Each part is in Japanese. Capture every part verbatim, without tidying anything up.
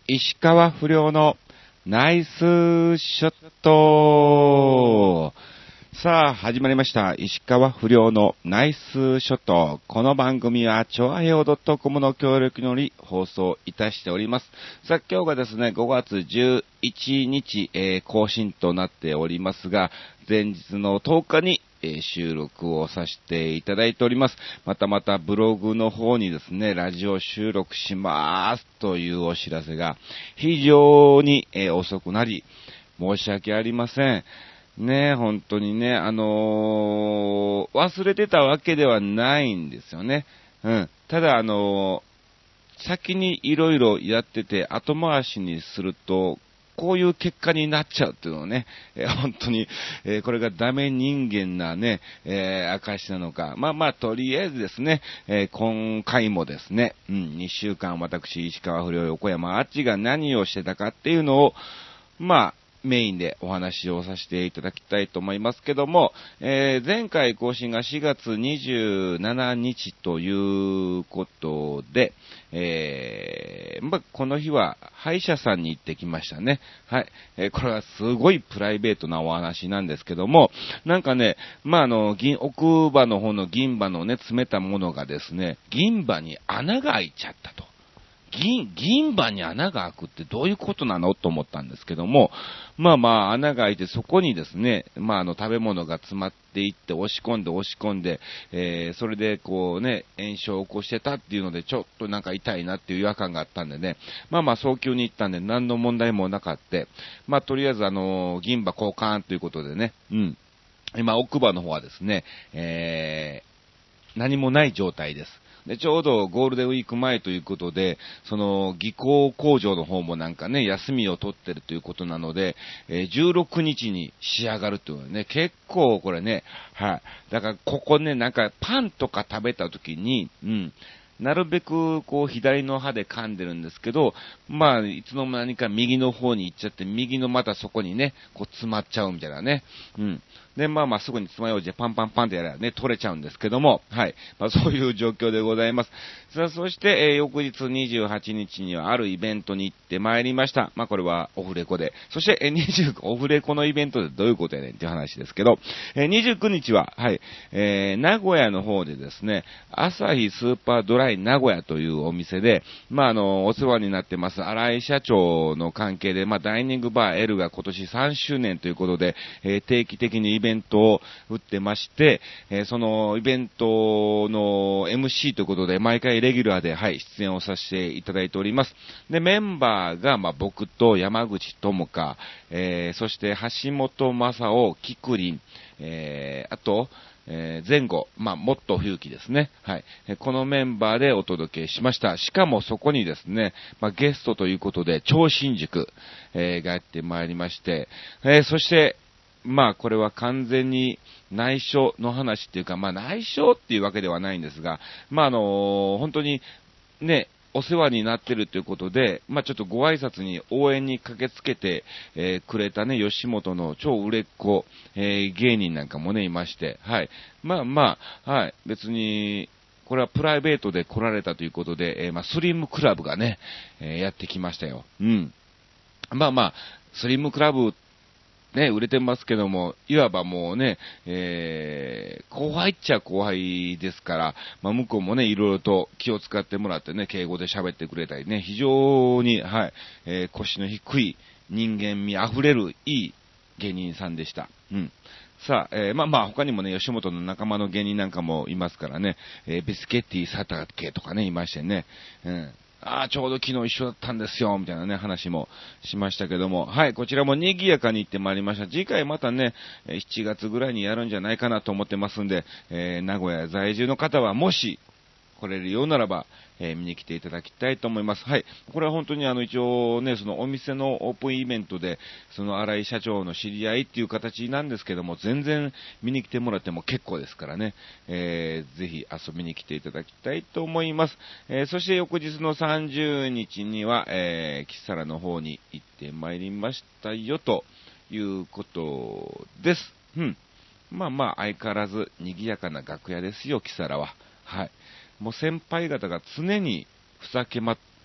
石川不良のナイスショット。さあ、始まりました。石川不良のナイスショット。この番組は、チョアヘオ .com の協力により放送いたしております。さあ、今日がですね、ごがつじゅういちにち、えー、更新となっておりますが、前日のとおかに、えー、収録をさせていただいております。またまたブログの方にですね、ラジオ収録しますというお知らせが非常に、えー、遅くなり、申し訳ありません。ねえ、本当にね、あのー、忘れてたわけではないんですよね。うん。ただ、あのー、先にいろいろやってて後回しにすると、こういう結果になっちゃうっていうのをね、えー、本当に、えー、これがダメ人間なね、えー、証なのか。まあまあ、とりあえずですね、えー、今回もですね、うん、にしゅうかん私、石川不良横山あっちが何をしてたかっていうのを、まあ、メインでお話をさせていただきたいと思いますけども、えー、前回更新がしがつにじゅうしちにちということで、えー、まあ、この日は歯医者さんに行ってきましたね。はい。えー、これはすごいプライベートなお話なんですけども、なんかね、まあ、あの、銀、奥歯の方の銀歯のね、詰めたものがですね、銀歯に穴が開いちゃったと。銀、銀歯に穴が開くってどういうことなのと思ったんですけども、まあまあ穴が開いてそこにですね、まああの食べ物が詰まっていって押し込んで押し込んで、えー、それでこうね、炎症を起こしてたっていうのでちょっとなんか痛いなっていう違和感があったんでね、まあまあ早急に行ったんで何の問題もなかった。まあとりあえずあの、銀歯交換ということでね、うん。今奥歯の方はですね、えー、何もない状態です。で、ちょうどゴールデンウィーク前ということで、その、技工工場の方もなんかね、休みを取ってるということなので、えー、じゅうろくにちに仕上がるというのはね、結構これね、はい。だからここね、なんかパンとか食べた時に、うん、なるべくこう左の歯で噛んでるんですけど、まあ、いつの間にか右の方に行っちゃって、右のまたそこにね、こう詰まっちゃうみたいなね。うん。で、まあまあすぐに爪楊枝でパンパンパンってやればね、取れちゃうんですけども、はい。まあそういう状況でございます。さあ、そして、えー、翌日にじゅうはちにちにはあるイベントに行ってまいりました。まあこれはオフレコで。そして、えー、にじゅう、オフレコのイベントでどういうことやねんっていう話ですけど、えー、にじゅうくにちは、はい、えー、名古屋の方でですね、朝日スーパードライ名古屋というお店で、まああの、お世話になってます新井社長の関係で、まあダイニングバー L が今年さんしゅうねんということで、えー、定期的にイベントを打ってまして、えー、そのイベントの エムシー ということで、毎回レギュラーで、はい、出演をさせていただいております。で、メンバーが、まあ僕と山口智香、えー、そして橋本正夫、キクリン、えー、あと、えー、前後、まあ、もっと冬季ですね。はい。このメンバーでお届けしました。しかもそこにですね、まあ、ゲストということで、超新塾、えー、がやってまいりまして、えー、そして、まあ、これは完全に内緒の話っていうか、まあ、内緒っていうわけではないんですが、まあ、あのー、本当に、ね、お世話になってるということで、まあ、ちょっとご挨拶に応援に駆けつけて、えー、くれたね、吉本の超売れっ子、えー、芸人なんかもね、いまして、はい。まあまあ、はい。別に、これはプライベートで来られたということで、えー、まあ、スリムクラブがね、えー、やってきましたよ。うん。まあまあ、スリムクラブね、売れてますけども、いわばもうね、えー、後輩っちゃ後輩ですから、まあ、向こうもね、いろいろと気を使ってもらってね、敬語で喋ってくれたりね、非常に、はい、えー、腰の低い人間味あふれるいい芸人さんでした。うん。さあ、えー、まあまあ他にもね、吉本の仲間の芸人なんかもいますからね、えー、ビスケッティ佐竹とかね、いましてね、うん。ああ、ちょうど昨日一緒だったんですよ、みたいなね、話もしましたけども。はい、こちらも賑やかに行ってまいりました。次回またね、しちがつぐらいにやるんじゃないかなと思ってますんで、えー、名古屋在住の方はもし、来れるようならば、えー、見に来ていただきたいと思います。はい。これは本当にあの一応ね、そのお店のオープンイベントで、その新井社長の知り合いっていう形なんですけども、全然見に来てもらっても結構ですからね、えー、ぜひ遊びに来ていただきたいと思います。えー、そして翌日のさんじゅうにちには、えー、キサラの方に行ってまいりましたよ、ということです。うん。まあまあ、相変わらず賑やかな楽屋ですよ、キサラは。はい。もう先輩方が常にふざけま、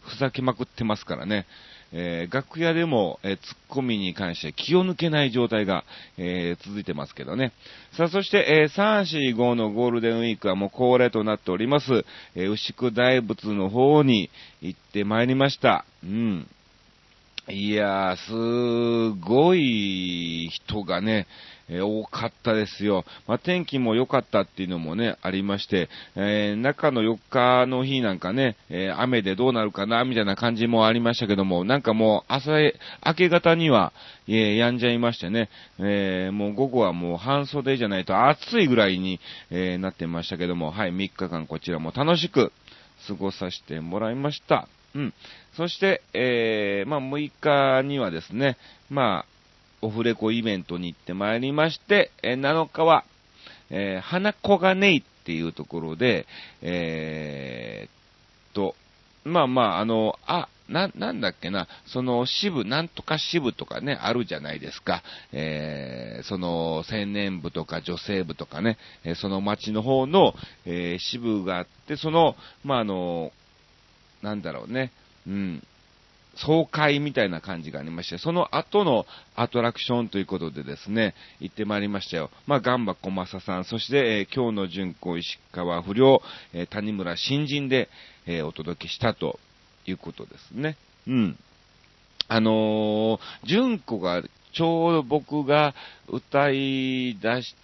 ふざけまくってますからね。えー、楽屋でも、えー、ツッコミに関して気を抜けない状態が、えー、続いてますけどね。さあ、そして、えー、さん、よん、ごのゴールデンウィークはもう恒例となっております、えー、牛久大仏の方に行ってまいりました。うん。いやー、すごい人がね、えー、多かったですよ。まあ、天気も良かったっていうのもね、ありまして、えー、中のよっかの日なんかね、えー、雨でどうなるかな、みたいな感じもありましたけども、なんかもう朝、明け方には、えー、やんじゃいましてね、えー、もう午後はもう半袖じゃないと暑いぐらいに、えー、なってましたけども、はい、みっかかんこちらも楽しく過ごさせてもらいました。うん。そして、えー、まあ、むいかにはですね、まあ、オフレコイベントに行ってまいりまして、えー、なのかは、えー、花子がねいっていうところで、えー、と、まあまあ、あの、あ、な、なんだっけな、その支部、なんとか支部とかね、あるじゃないですか。えー、その青年部とか女性部とかね、えー、その町の方の、えー、支部があって、その、まああの、なんだろうね、うん、総会みたいな感じがありまして、その後のアトラクションということでですね、行ってまいりましたよ。まあ、ガンバ小正さん、そして、えー、今日の巡行石川不良、えー、谷村新人で、えー、お届けしたということですね。うん。あのー、巡行がちょうど僕が歌い出して、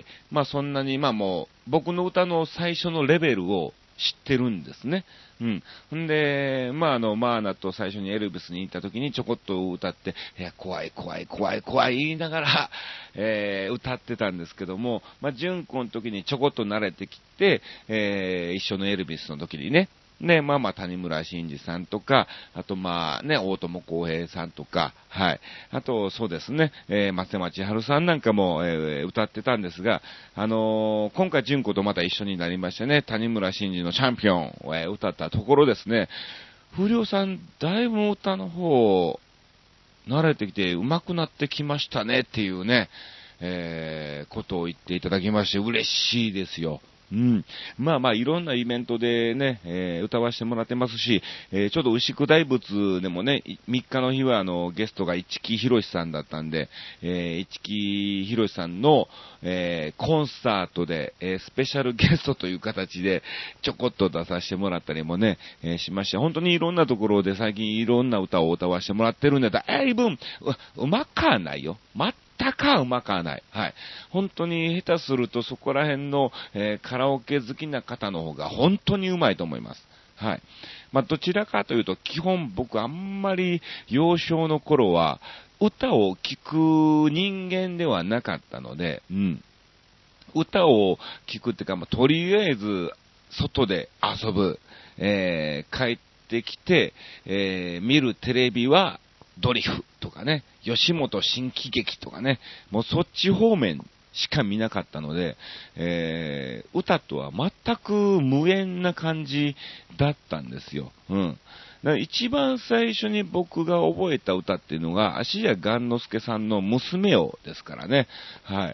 まあそんなに、まあもう、僕の歌の最初のレベルを知ってるんですね。うん。んで、まあ、あの、マーナと最初にエルビスに行った時にちょこっと歌って、いや、怖い怖い怖い怖い言いながら、えー、歌ってたんですけども、まあ、純子の時にちょこっと慣れてきて、えー、一緒のエルビスの時にね、ね、まあまあ、谷村新司さんとか、あとまあね、大友康平さんとか、はい。あと、そうですね、えー、松山千春さんなんかも、えー、歌ってたんですが、あのー、今回純子とまた一緒になりましてね、谷村新司のチャンピオンを、えー、歌ったところですね、不良さん、だいぶ歌の方、慣れてきて上手くなってきましたねっていうね、えー、ことを言っていただきまして嬉しいですよ。うん。まあまあ、いろんなイベントでね、えー、歌わせてもらってますし、えー、ちょうど牛久大仏でもね、みっかの日はあの、ゲストが市木博さんだったんで、えー、市木博さんの、えー、コンサートで、えー、スペシャルゲストという形で、ちょこっと出させてもらったりもね、えー、しまして、本当にいろんなところで最近いろんな歌を歌わせてもらってるんで、だいぶ、う、うまかはないよ。全くうまくはない。はい。本当に下手するとそこら辺の、えー、カラオケ好きな方の方が本当にうまいと思います。はい。まあ、どちらかというと、基本僕あんまり幼少の頃は歌を聴く人間ではなかったので、うん。歌を聴くっていうか、まあ、とりあえず外で遊ぶ、えー、帰ってきて、えー、見るテレビはドリフとかね、吉本新喜劇とかね、もうそっち方面しか見なかったので、えー、歌とは全く無縁な感じだったんですよ。うん。だから一番最初に僕が覚えた歌っていうのが、芦屋雁之助さんの娘をですからね。はい。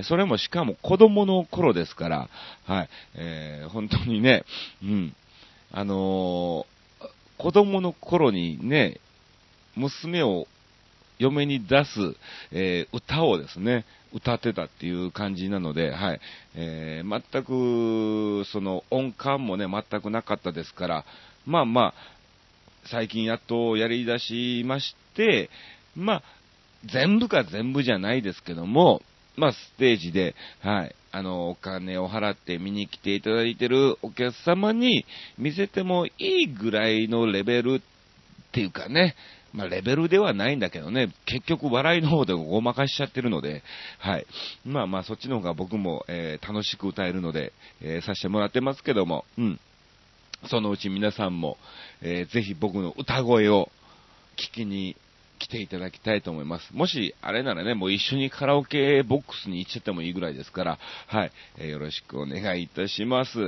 それもしかも子供の頃ですから、はい。えー、本当にね、うん。あのー、子供の頃にね、娘を嫁に出す、えー、歌をですね、歌ってたっていう感じなので、はい。えー、全く、その音感もね、全くなかったですから、まあまあ、最近やっとやり出しまして、まあ、全部か全部じゃないですけども、まあ、ステージで、はい、あの、お金を払って見に来ていただいてるお客様に見せてもいいぐらいのレベルっていうかね、まあ、レベルではないんだけどね、結局笑いの方でごまかしちゃってるので、はい。まあまあ、そっちの方が僕も、えー、楽しく歌えるので、えー、させてもらってますけども、うん。そのうち皆さんも、えー、ぜひ僕の歌声を聞きに来ていただきたいと思います。もし、あれならね、もう一緒にカラオケボックスに行っちゃってもいいぐらいですから、はい。えー、よろしくお願いいたします。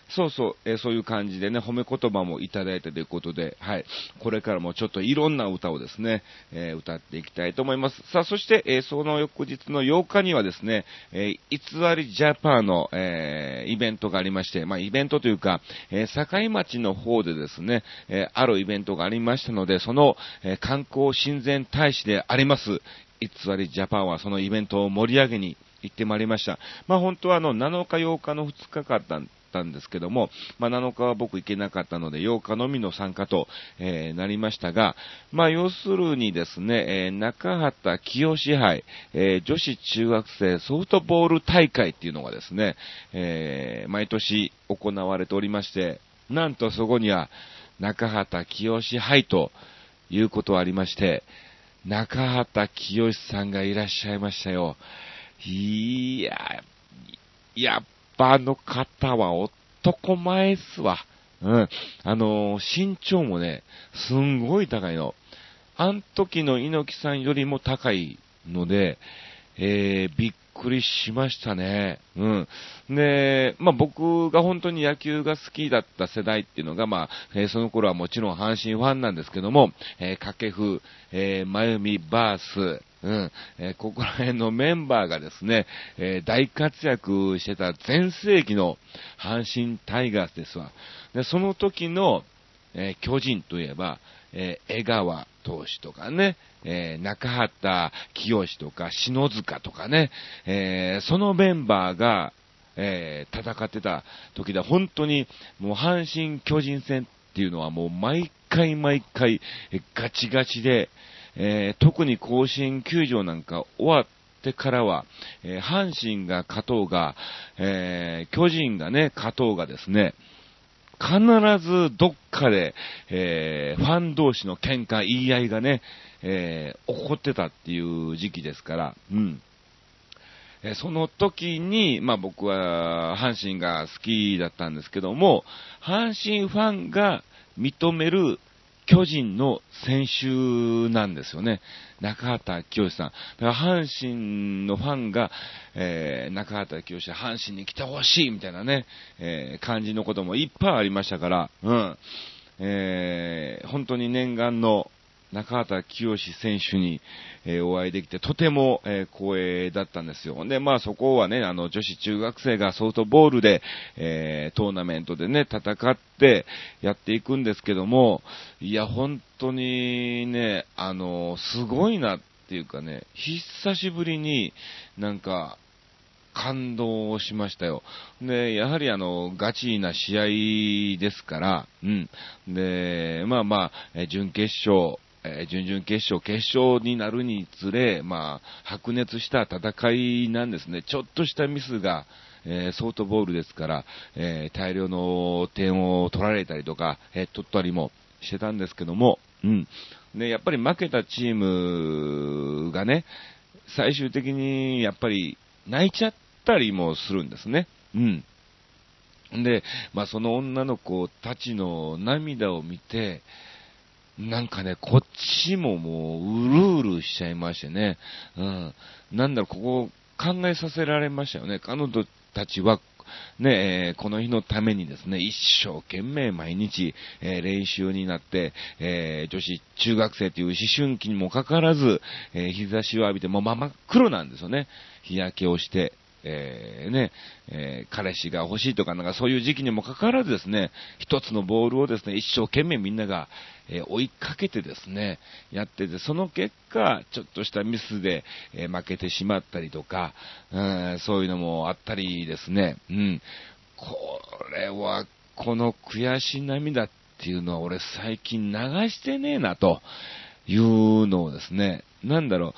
そうそう、えー、そういう感じでね、褒め言葉もいただいたということで、はい。これからもちょっといろんな歌をですね、えー、歌っていきたいと思います。さあ、そして、えー、その翌日のようかにはですね、えー、偽りジャパンの、えー、イベントがありまして、まあ、イベントというか、えー、境町の方でですね、えー、あるイベントがありましたので、その、えー、観光親善大使であります、偽りジャパンはそのイベントを盛り上げに行ってまいりました。まあ、本当はあの、なのかようかのふつかかんだったんですけども、まあ、なのかは僕行けなかったので、ようかのみの参加と、えー、なりましたが、まあ、要するにですね、えー、中畑清杯、えー、女子中学生ソフトボール大会っていうのがですね、えー、毎年行われておりまして、なんとそこには、中畑清杯ということはありまして、中畑清さんがいらっしゃいましたよ。いや、やっぱあの方は男前っすわ。うん。あのー、身長もね、すんごい高いの。あん時の猪木さんよりも高いので、えー、びっくりしましたね。うん。で、まあ僕が本当に野球が好きだった世代っていうのが、まあ、えー、その頃はもちろん阪神ファンなんですけども、えー、掛布、えー、真由美バース、うん、えー、ここら辺のメンバーがですね、えー、大活躍してた全盛期の阪神タイガースですわ。で、その時の、えー、巨人といえば、えー、江川投手とかね、えー、中畑清とか篠塚とかね、えー、そのメンバーが、えー、戦ってた時だ、本当にもう阪神巨人戦っていうのはもう毎回毎回、えー、ガチガチで、えー、特に甲子園球場なんか終わってからは、えー、阪神が勝とうが、えー、巨人がね、勝とうがですね、必ずどっかで、えー、ファン同士の喧嘩、言い合いがね、えー、起こってたっていう時期ですから、うん。えー、その時に、まあ僕は阪神が好きだったんですけども、阪神ファンが認める巨人の選手なんですよね。中畑清さん。だから阪神のファンが、えー、中畑清は阪神に来てほしいみたいなね、えー、感じのこともいっぱいありましたから、うん。えー、本当に念願の中畑清選手に、えー、お会いできて、とても、えー、光栄だったんですよ。で、まあそこはね、あの、女子中学生がソフトボールで、えー、トーナメントでね、戦ってやっていくんですけども、いや、本当にね、あの、すごいなっていうかね、久しぶりになんか、感動しましたよ。で、やはりあの、ガチな試合ですから、うん。で、まあまあ、準決勝、えー、準々決勝、決勝になるにつれ、まあ、白熱した戦いなんですね。ちょっとしたミスが、えー、ソフトボールですから、えー、大量の点を取られたりとか、えー、取ったりもしてたんですけども、うん。で、やっぱり負けたチームがね、最終的にやっぱり泣いちゃったりもするんですね。うん。で、まあその女の子たちの涙を見て、なんかね、こっちももう、うるうるしちゃいましてね。うん。なんだろう、ここ考えさせられましたよね。彼女たちは、ね、えー、この日のためにですね、一生懸命毎日、えー、練習になって、えー、女子中学生という思春期にもかかわらず、えー、日差しを浴びて、もう真っ黒なんですよね。日焼けをして。えー、ね、えー、彼氏が欲しいとかなんかそういう時期にもかかわらずですね、一つのボールをですね、一生懸命みんなが、えー、追いかけてですね、やってて、その結果、ちょっとしたミスで、えー、負けてしまったりとか、うん、そういうのもあったりですね、うん。これは、この悔し涙っていうのは俺最近流してねえな、というのをですね、なんだろう、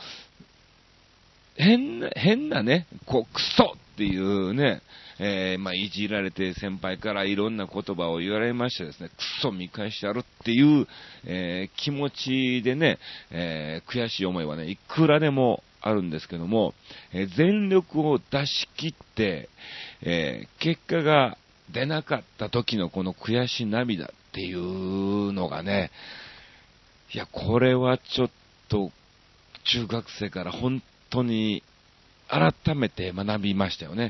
変な、変なね、こう、クソっていうね、えー、まあ、いじられて先輩からいろんな言葉を言われましてですね、クソ見返してやるっていう、えー、気持ちでね、えー、悔しい思いはね、いくらでもあるんですけども、えー、全力を出し切って、えー、結果が出なかった時のこの悔し涙っていうのがね、いや、これはちょっと、中学生から本当に改めて学びましたよね。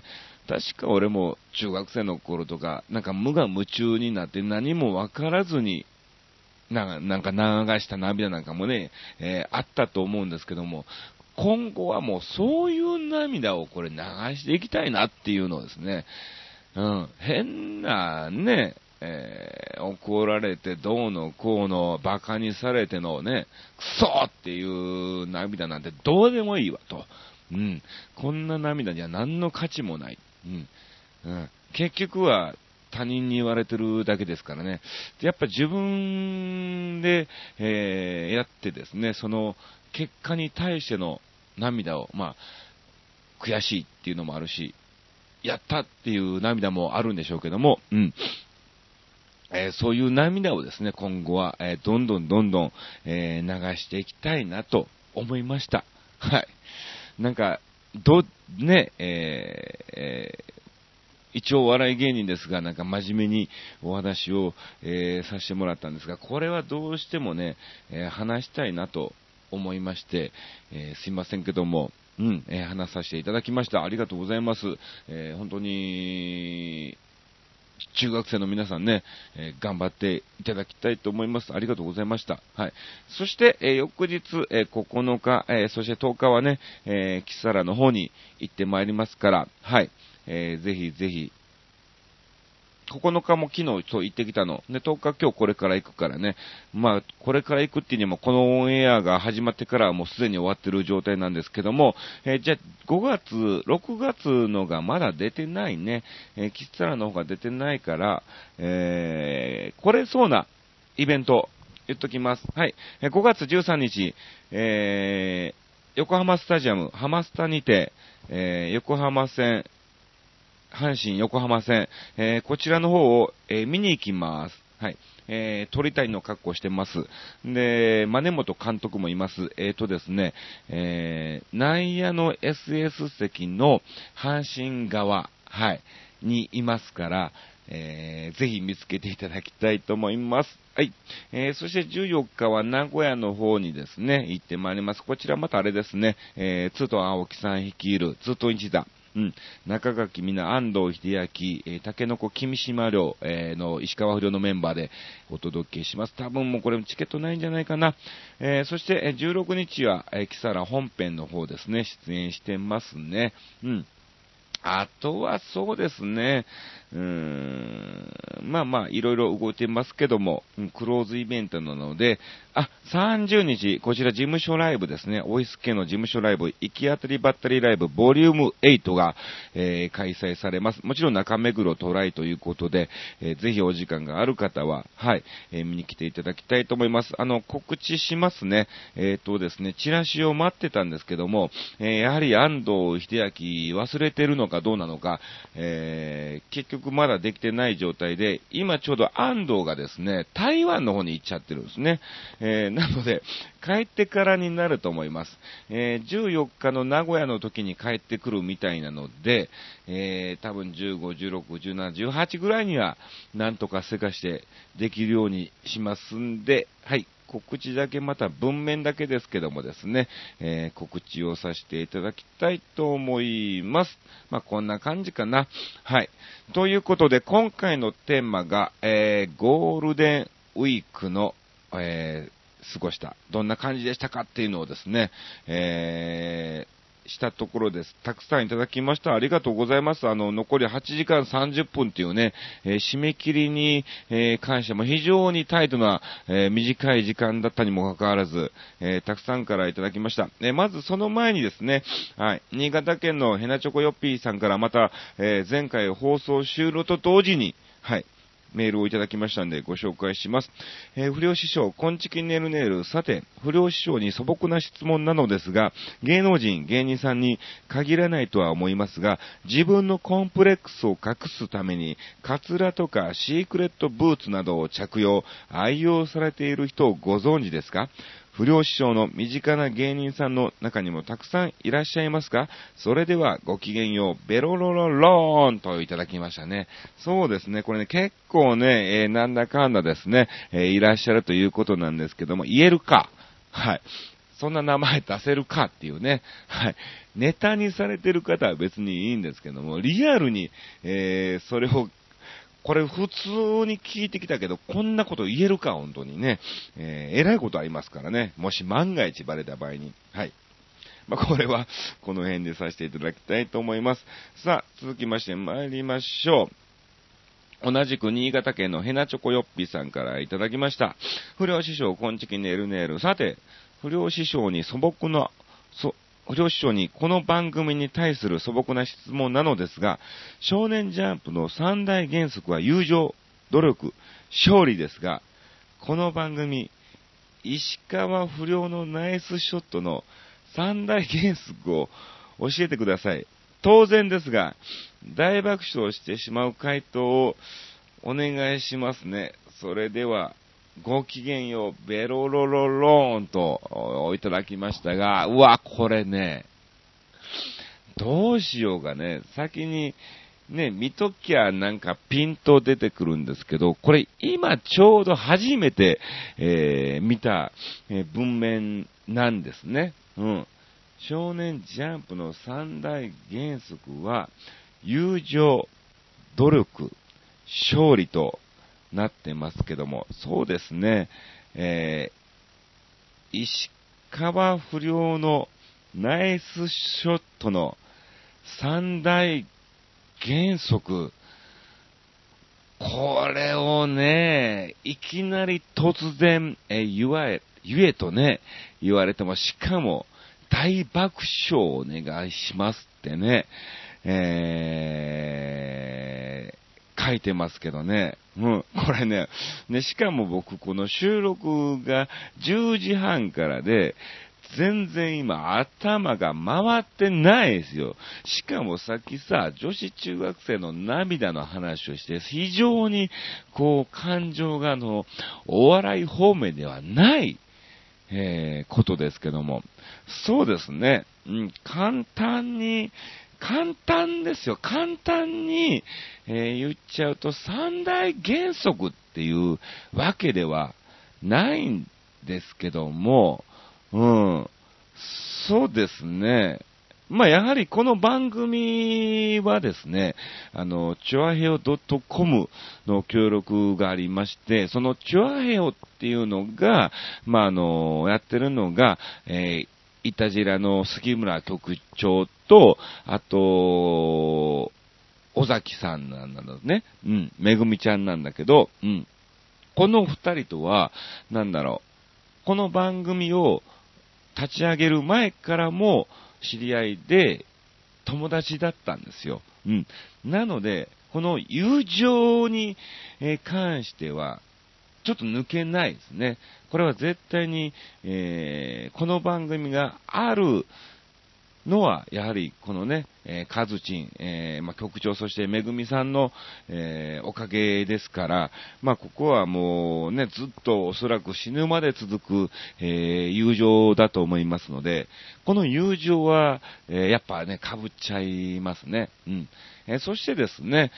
確か俺も中学生の頃とか、なんか無我夢中になって何もわからずに、ななんか流した涙なんかもね、えー、あったと思うんですけども、今後はもうそういう涙をこれ流していきたいなっていうのをですね、うん、変なね、えー、怒られてどうのこうのバカにされてのね、クソっていう涙なんてどうでもいいわと。うん、こんな涙には何の価値もない。うんうん、結局は他人に言われてるだけですからね。やっぱ自分で、えー、やってですね、その結果に対しての涙を、まあ、悔しいっていうのもあるし、やったっていう涙もあるんでしょうけども、うん。えー、そういう涙をですね、今後は、えー、どんどんどんどん、えー、流していきたいなと思いました。はい。なんか、ど、ね、えーえー一応笑い芸人ですが、なんか真面目にお話を、えー、させてもらったんですが、これはどうしてもね、えー、話したいなと思いまして、えー、すいませんけども、うん、えー、話させていただきました。ありがとうございます。えー、本当に、中学生の皆さんね、えー、頑張っていただきたいと思います。ありがとうございました。はい。そして、えー、翌日、えー、ここのか、えー、そしてとおかはね、えー、キサラの方に行ってまいりますから、はい。えー、ぜひぜひ、ここのかも昨日そう行ってきたの。で、とおか今日これから行くからね。まあ、これから行くっていうにも、このオンエアが始まってからはもうすでに終わってる状態なんですけども、えー、じゃあごがつ、ろくがつのがまだ出てないね。えー、キッサラの方が出てないから、えー、来れそうなイベント、言っときます。はい。ごがつじゅうさんにち、えー、横浜スタジアム、ハマスタにて、えー、横浜線、阪神横浜線、えー、こちらの方を、えー、見に行きます。はい。えー、鳥谷の格好してます。で、真本監督もいます。えーとですね、えー、内野の エスエス 席の阪神側、はい、にいますから、えー、ぜひ見つけていただきたいと思います。はい。えー、そしてじゅうよっかは名古屋の方にですね、行ってまいります。こちらまたあれですね、えー、津と青木さん率いる津と一座。うん。中垣みな、安藤秀明、えー、竹の子君島亮、えー、の石川不良のメンバーでお届けします。多分もうこれチケットないんじゃないかな。えー、そして、えー、じゅうろくにちは、えー、キサラ本編の方ですね、出演してますね。うん。あとはそうですね、うーん、まあまあ、いろいろ動いてますけども、クローズイベントなので、あ、さんじゅうにち、こちら事務所ライブですね、オイスケの事務所ライブ、行き当たりばったりライブ、ボリュームはちが、えー、開催されます。もちろん中目黒トライということで、えー、ぜひお時間がある方は、はい、えー、見に来ていただきたいと思います。あの、告知しますね。えっとですね、チラシを待ってたんですけども、えー、やはり安藤秀明忘れてるのかどうなのか、えー、結局まだできてない状態で、今ちょうど安藤がですね、台湾の方に行っちゃってるんですね。えー、なので、帰ってからになると思います。えー、じゅうよっかの名古屋の時に帰ってくるみたいなので、えー、多分じゅうご、じゅうろく、じゅうなな、じゅうはちぐらいには、なんとかせかしてできるようにしますんで、はい。告知だけまた文面だけですけどもですね、えー、告知をさせていただきたいと思います。まあ、こんな感じかな。はい。ということで、今回のテーマが、えー、ゴールデンウィークの、えー、過ごした、どんな感じでしたかっていうのをですね、えー、したところです。たくさんいただきました。ありがとうございます。あの、残りはちじかんさんじゅっぷんっていうね、えー、締め切りに、えー、関しても非常にタイトな、えー、短い時間だったにもかかわらず、えー、たくさんからいただきました。えー、まずその前にですね、はい、新潟県のヘナチョコヨッピーさんからまた、えー、前回放送終了と同時に、はい、メールをいただきましたのでご紹介します。えー、不良師匠、こんちきねるねる。さて、不良師匠に素朴な質問なのですが、芸能人、芸人さんに限らないとは思いますが、自分のコンプレックスを隠すために、カツラとかシークレットブーツなどを着用、愛用されている人をご存知ですか？不良師匠の身近な芸人さんの中にもたくさんいらっしゃいますか？それではごきげんよう、ベロロロローンといただきましたね。そうですね、これね、結構ね、えー、なんだかんだですね、えー、いらっしゃるということなんですけども、言えるか。はい。 そんな名前出せるかっていうね、はい。ネタにされてる方は別にいいんですけども、リアルに、えー、それを、これ普通に聞いてきたけど、こんなこと言えるか、本当にね。えー、えらいことありますからね。もし万が一バレた場合に。はい。まあ、これは、この辺でさせていただきたいと思います。さあ、続きまして参りましょう。同じく新潟県のヘナチョコヨッピーさんからいただきました。不良師匠、こんちきねるねる。さて、不良師匠に素朴な、そ、不良師匠にこの番組に対する素朴な質問なのですが、少年ジャンプの三大原則は友情、努力、勝利ですが、この番組、石川不良のナイスショットの三大原則を教えてください。当然ですが、大爆笑してしまう回答をお願いしますね。それでは、ごきげんよう、ベロロロローンといただきましたが、うわ、これね、どうしようかね、先にね、見ときゃなんかピンと出てくるんですけど、これ今ちょうど初めて、えー、見た、えー、文面なんですね。うん。少年ジャンプの三大原則は、友情、努力、勝利となってますけども、そうですね、えー、石川不良のナイスショットの三大原則、これをね、いきなり突然、えー、言わえ、言えとね、言われても、しかも、大爆笑お願いしますってね、えー、書いてますけどね。うん、これね、ね、しかも僕、この収録がじゅうじはんからで、全然今頭が回ってないですよ。しかもさっきさ、女子中学生の涙の話をして、非常にこう感情があの、お笑い方面ではない、えー、ことですけども。そうですね。うん、簡単に、簡単ですよ。簡単に、えー、言っちゃうと三大原則っていうわけではないんですけども、うん、そうですね。まあ、やはりこの番組はですね、あの、チョアヘオ .com の協力がありまして、そのチョアヘオっていうのが、まあ、あの、やってるのが、えー、イタジラの杉村局長と、あと、尾崎さんなんだね。うん、めぐみちゃんなんだけど、うん。この二人とは、なんだろう、この番組を立ち上げる前からも知り合いで友達だったんですよ。うん。なので、この友情に関しては、ちょっと抜けないですね。これは絶対に、えー、この番組があるのは、やはりこのね、えー、カズチン、えー、まあ、局長、そしてめぐみさんの、えー、おかげですから、まあ、ここはもうね、ずっとおそらく死ぬまで続く、えー、友情だと思いますので、この友情は、えー、やっぱね、被っちゃいますね。うん。えー、そしてですね、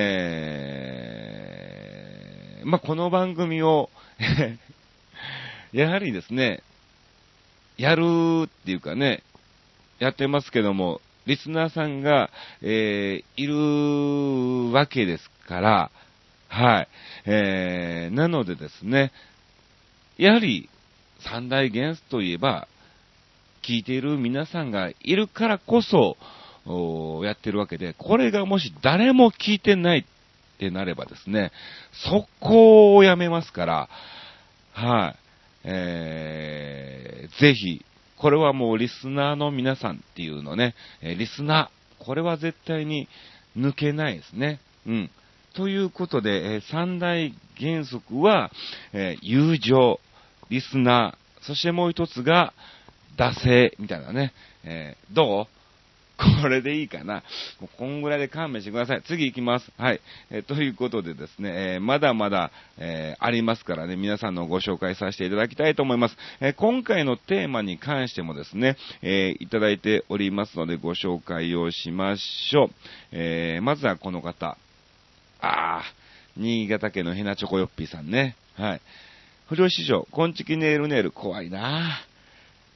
えー、まあ、この番組を、やはりですね、やるっていうかね、やってますけども、リスナーさんが、えー、いるわけですから、はい。えー、なのでですね、やはり三大原則といえば、聞いている皆さんがいるからこそ、やってるわけで、これがもし誰も聞いてないってなればですね、速攻をやめますから、はい。えー、ぜひ、これはもうリスナーの皆さんっていうのね、えリスナー、これは絶対に抜けないですね。うん。ということで、えー、三大原則は、えー、友情、リスナー、そしてもう一つが、惰性、みたいなね。えー、どうこれでいいかな。もうこんぐらいで勘弁してください。次行きます。はい。えー、ということでですね、えー、まだまだ、えー、ありますからね、皆さんのご紹介させていただきたいと思います。えー、今回のテーマに関してもですね、えー、いただいておりますのでご紹介をしましょう。えー、まずはこの方。あー、新潟県のヘナチョコヨッピーさんね。はい。不良師匠、こんちきネールネール、怖いなぁ。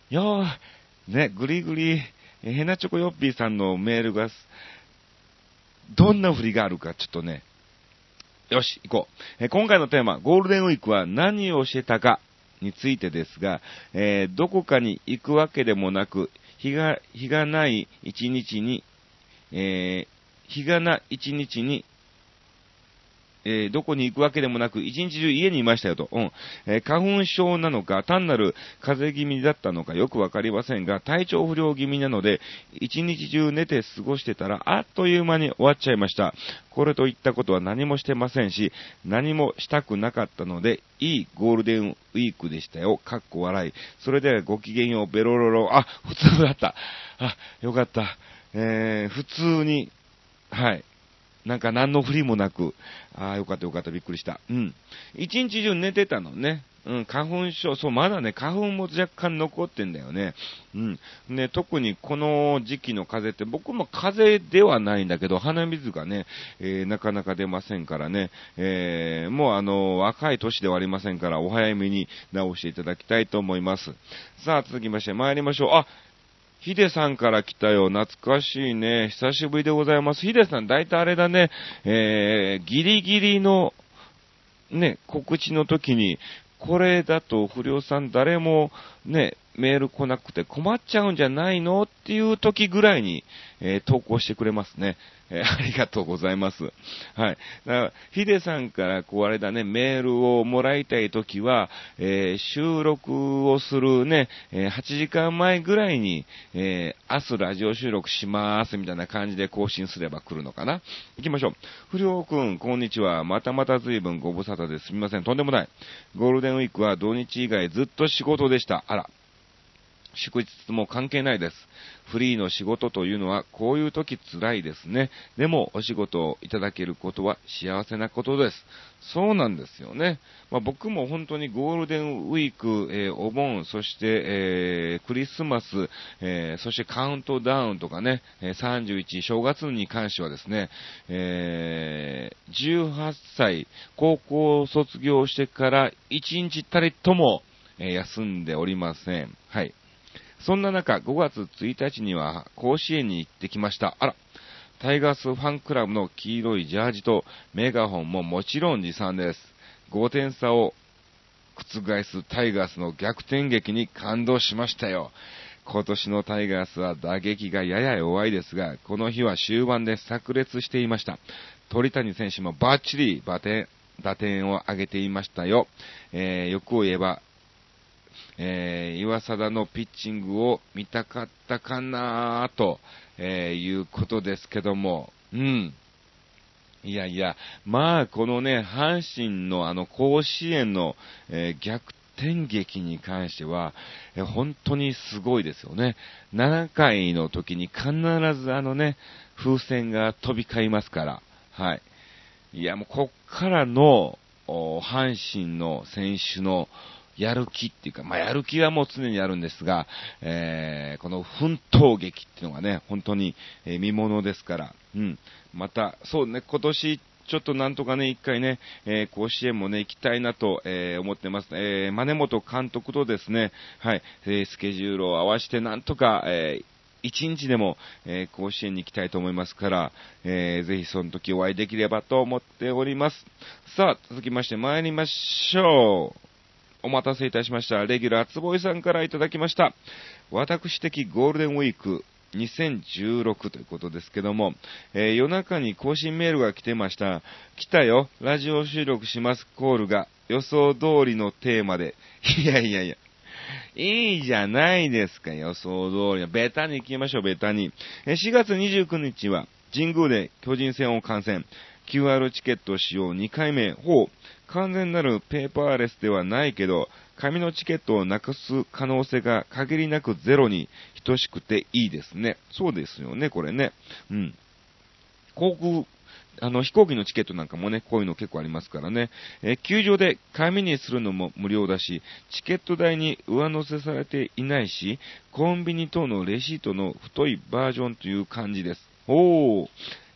いやー、ね、ぐりぐり、えヘナチョコヨッピーさんのメールが、どんな振りがあるか、ちょっとね、よし、行こう。え今回のテーマ、ゴールデンウィークは何をしてたかについてですが、えー、どこかに行くわけでもなく、日が、日がない一日に、えー、日がない一日に、えー、どこに行くわけでもなく、一日中家にいましたよと。うん。えー、花粉症なのか、単なる風邪気味だったのかよくわかりませんが、体調不良気味なので、一日中寝て過ごしてたら、あっという間に終わっちゃいました。これといったことは何もしてませんし、何もしたくなかったので、いいゴールデンウィークでしたよ。かっこ笑い。それではごきげんよう、ベロロロ。あ、普通だった。あ、よかった。えー、普通に、はい。なんか何の振りもなく、ああ、よかったよかった、びっくりした。うん。一日中寝てたのね。うん、花粉症、そう、まだね、花粉も若干残ってんだよね。うん。ね、特にこの時期の風邪って、僕も風邪ではないんだけど、鼻水がね、えー、なかなか出ませんからね、えー、もうあの、若い年ではありませんから、お早めに治していただきたいと思います。さあ、続きまして参りましょう。あ、ヒデさんから来たよ。懐かしいね。久しぶりでございます。ヒデさん、だいたいあれだね、えー、ギリギリの、ね、告知の時に、これだと不良さん誰もね、メール来なくて困っちゃうんじゃないのっていう時ぐらいに、えー、投稿してくれますね。えー、ありがとうございます。はい。だから、ヒデさんからこうあれだね、メールをもらいたい時は、えー、収録をするね、えー、はちじかんまえぐらいに、えー、明日ラジオ収録しまーすみたいな感じで更新すれば来るのかな。行きましょう。不良くん、こんにちは。またまた随分ご無沙汰ですみません。とんでもない。ゴールデンウィークは土日以外ずっと仕事でした。あら。祝日も関係ないです。フリーの仕事というのはこういう時辛いですね。でもお仕事をいただけることは幸せなことです。そうなんですよね。まあ、僕も本当にゴールデンウィーク、えー、お盆、そして、えー、クリスマス、えー、そしてカウントダウンとかね、さんじゅういち、正月に関してはですね、えー、じゅうはっさい、高校を卒業してからいちにちたりとも、えー、休んでおりません。はい。そんな中、ごがつついたちには甲子園に行ってきました。あら、タイガースファンクラブの黄色いジャージとメガホンももちろん持参です。ごてん差を覆すタイガースの逆転劇に感動しましたよ。今年のタイガースは打撃がやや弱いですが、この日は終盤で炸裂していました。鳥谷選手もバッチリ打点、打点を上げていましたよ。えー、欲を言えば、えー、岩貞のピッチングを見たかったかなーと、えー、いうことですけども、うん。いやいや、まあ、このね、阪神のあの甲子園の、えー、逆転劇に関しては、えー、本当にすごいですよね。ななかいの時に必ずあのね、風船が飛び交いますから、はい。いや、もうこっからの、阪神の選手の、やる気っていうか、まあ、やる気はもう常にあるんですが、えー、この奮闘劇っていうのがね、本当に、えー、見ものですから、うん。また、そうね、今年、ちょっとなんとかね、一回ね、えー、甲子園もね、行きたいなと、えー、思ってます。えー、真本監督とですね、はい、えー、スケジュールを合わせてなんとか、えー、一日でも、えー、甲子園に行きたいと思いますから、えー、ぜひその時お会いできればと思っております。さあ、続きまして参りましょう。お待たせいたしました。レギュラーつぼいさんからいただきました。私的ゴールデンウィークにせんじゅうろくということですけども、えー、夜中に更新メールが来てました。来たよ。ラジオ収録しますコールが予想通りのテーマで。いやいやいや。いいじゃないですか、予想通り。ベタに行きましょう、ベタに。しがつにじゅうくにちは神宮で巨人戦を観戦。キューアール チケット使用にかいめ。ほう。完全なるペーパーレスではないけど、紙のチケットをなくす可能性が限りなくゼロに等しくていいですね。そうですよね、これね。うん。航空、あの、飛行機のチケットなんかもね、こういうの結構ありますからね。えー、球場で紙にするのも無料だし、チケット代に上乗せされていないし、コンビニ等のレシートの太いバージョンという感じです。おー。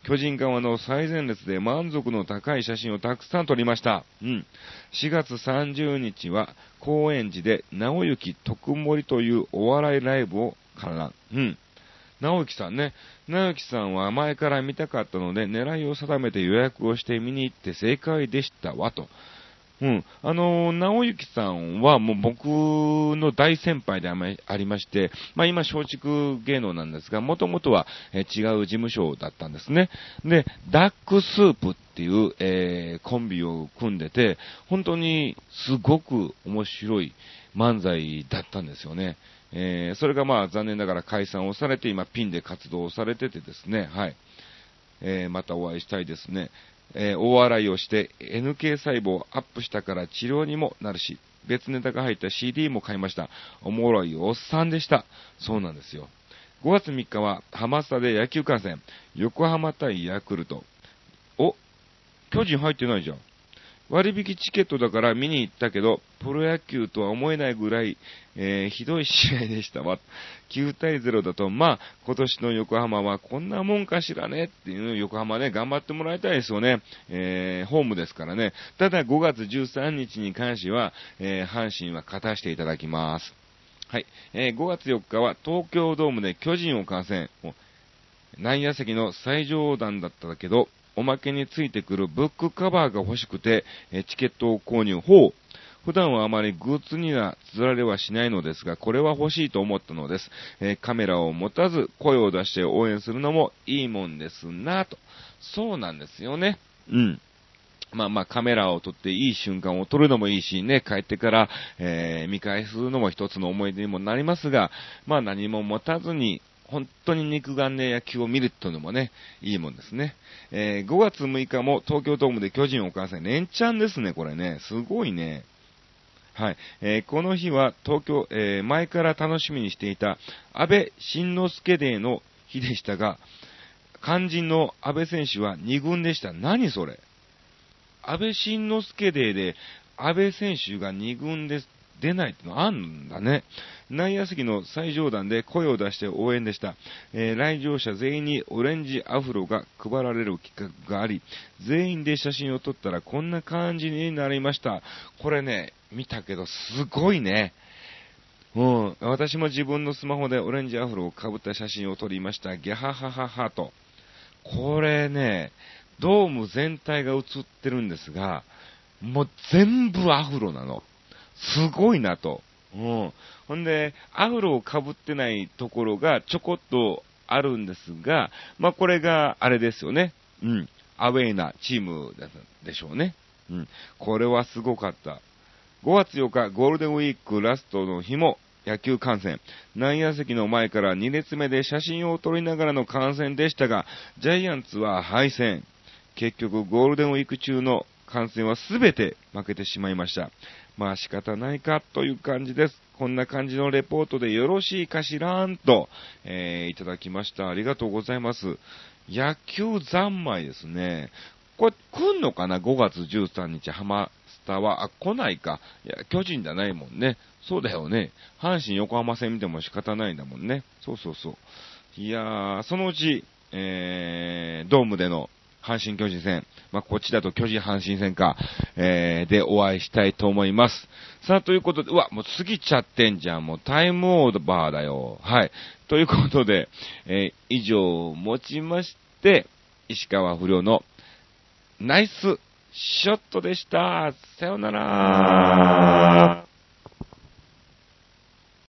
巨人側の最前列で満足の高い写真をたくさん撮りました。うん。しがつさんじゅうにちは、高円寺で、直行特盛というお笑いライブを観覧。うん。直行さんね。直行さんは前から見たかったので、狙いを定めて予約をして見に行って正解でしたわ、と。うん。あのー、直行さんはもう僕の大先輩でありまして、まあ今松竹芸能なんですが、もともとは、えー、違う事務所だったんですね。で、ダックスープっていう、えー、コンビを組んでて、本当にすごく面白い漫才だったんですよね。えー、それがまあ残念ながら解散をされて、今ピンで活動をされててですね、はい。えー、またお会いしたいですね。えー、大笑いをして エヌケー 細胞をアップしたから治療にもなるし、別ネタが入った シーディー も買いました。おもろいおっさんでした。そうなんですよ。ごがつみっかはハマスタで野球観戦。横浜対ヤクルト。お、巨人入ってないじゃん。割引チケットだから見に行ったけど、プロ野球とは思えないぐらい、えー、ひどい試合でしたわ。きゅうたいゼロだと、まあ、今年の横浜はこんなもんかしらねっていう横浜ね、頑張ってもらいたいですよね。えー、ホームですからね。ただごがつじゅうさんにちに関しては、えー、阪神は勝たせていただきます。はい。えー、ごがつよっかは東京ドームで巨人を観戦。内野席の最上段だったけど、おまけについてくるブックカバーが欲しくて、えチケットを購入。ほう。普段はあまりグッズには釣られはしないのですが、これは欲しいと思ったのです。えー、カメラを持たず声を出して応援するのもいいもんですなと。そうなんですよね。うん。まあまあカメラを撮っていい瞬間を撮るのもいいしね、帰ってから、えー、見返すのも一つの思い出にもなりますが、まあ何も持たずに、本当に肉眼で野球を見るというのもね、いいもんですね。えー、ごがつむいかも東京ドームで巨人を観戦。連チャンですね、これね。すごいね。はい。えー、この日は東京、えー、前から楽しみにしていた安倍晋之助デーの日でしたが、肝心の安倍選手はに軍でした。何それ。安倍晋之助デーで安倍選手がに軍です。出ないってのあんだね。内野席の最上段で声を出して応援でした。えー、来場者全員にオレンジアフロが配られる企画があり、全員で写真を撮ったらこんな感じになりました。これね、見たけどすごいね。うん、私も自分のスマホでオレンジアフロを被った写真を撮りました。ギャハハハハと。これね、ドーム全体が映ってるんですが、もう全部アフロなの。すごいなと。うん。ほんで、アフロを被ってないところがちょこっとあるんですが、まあ、これがあれですよね。うん。アウェイなチームでしょうね。うん。これはすごかった。ごがつようか、ゴールデンウィークラストの日も野球観戦。内野席の前からに列目で写真を撮りながらの観戦でしたが、ジャイアンツは敗戦。結局、ゴールデンウィーク中の観戦はすべて負けてしまいました。まあ仕方ないかという感じです。こんな感じのレポートでよろしいかしらんと、えー、いただきました。ありがとうございます。野球三昧ですね。これ来んのかな ?ごがつじゅうさんにちハマスタは。あ、来ないか。いや、巨人じゃないもんね。そうだよね。阪神横浜戦見ても仕方ないんだもんね。そうそうそう。いやー、そのうち、えー、ドームでの阪神巨人戦。まあ、こっちだと巨人阪神戦か、えー、でお会いしたいと思います。さあ、ということで、うわ、もう過ぎちゃってんじゃん。もうタイムオーバーだよ。はい。ということで、えー、以上をもちまして、石川不良のナイスショットでした。さよなら。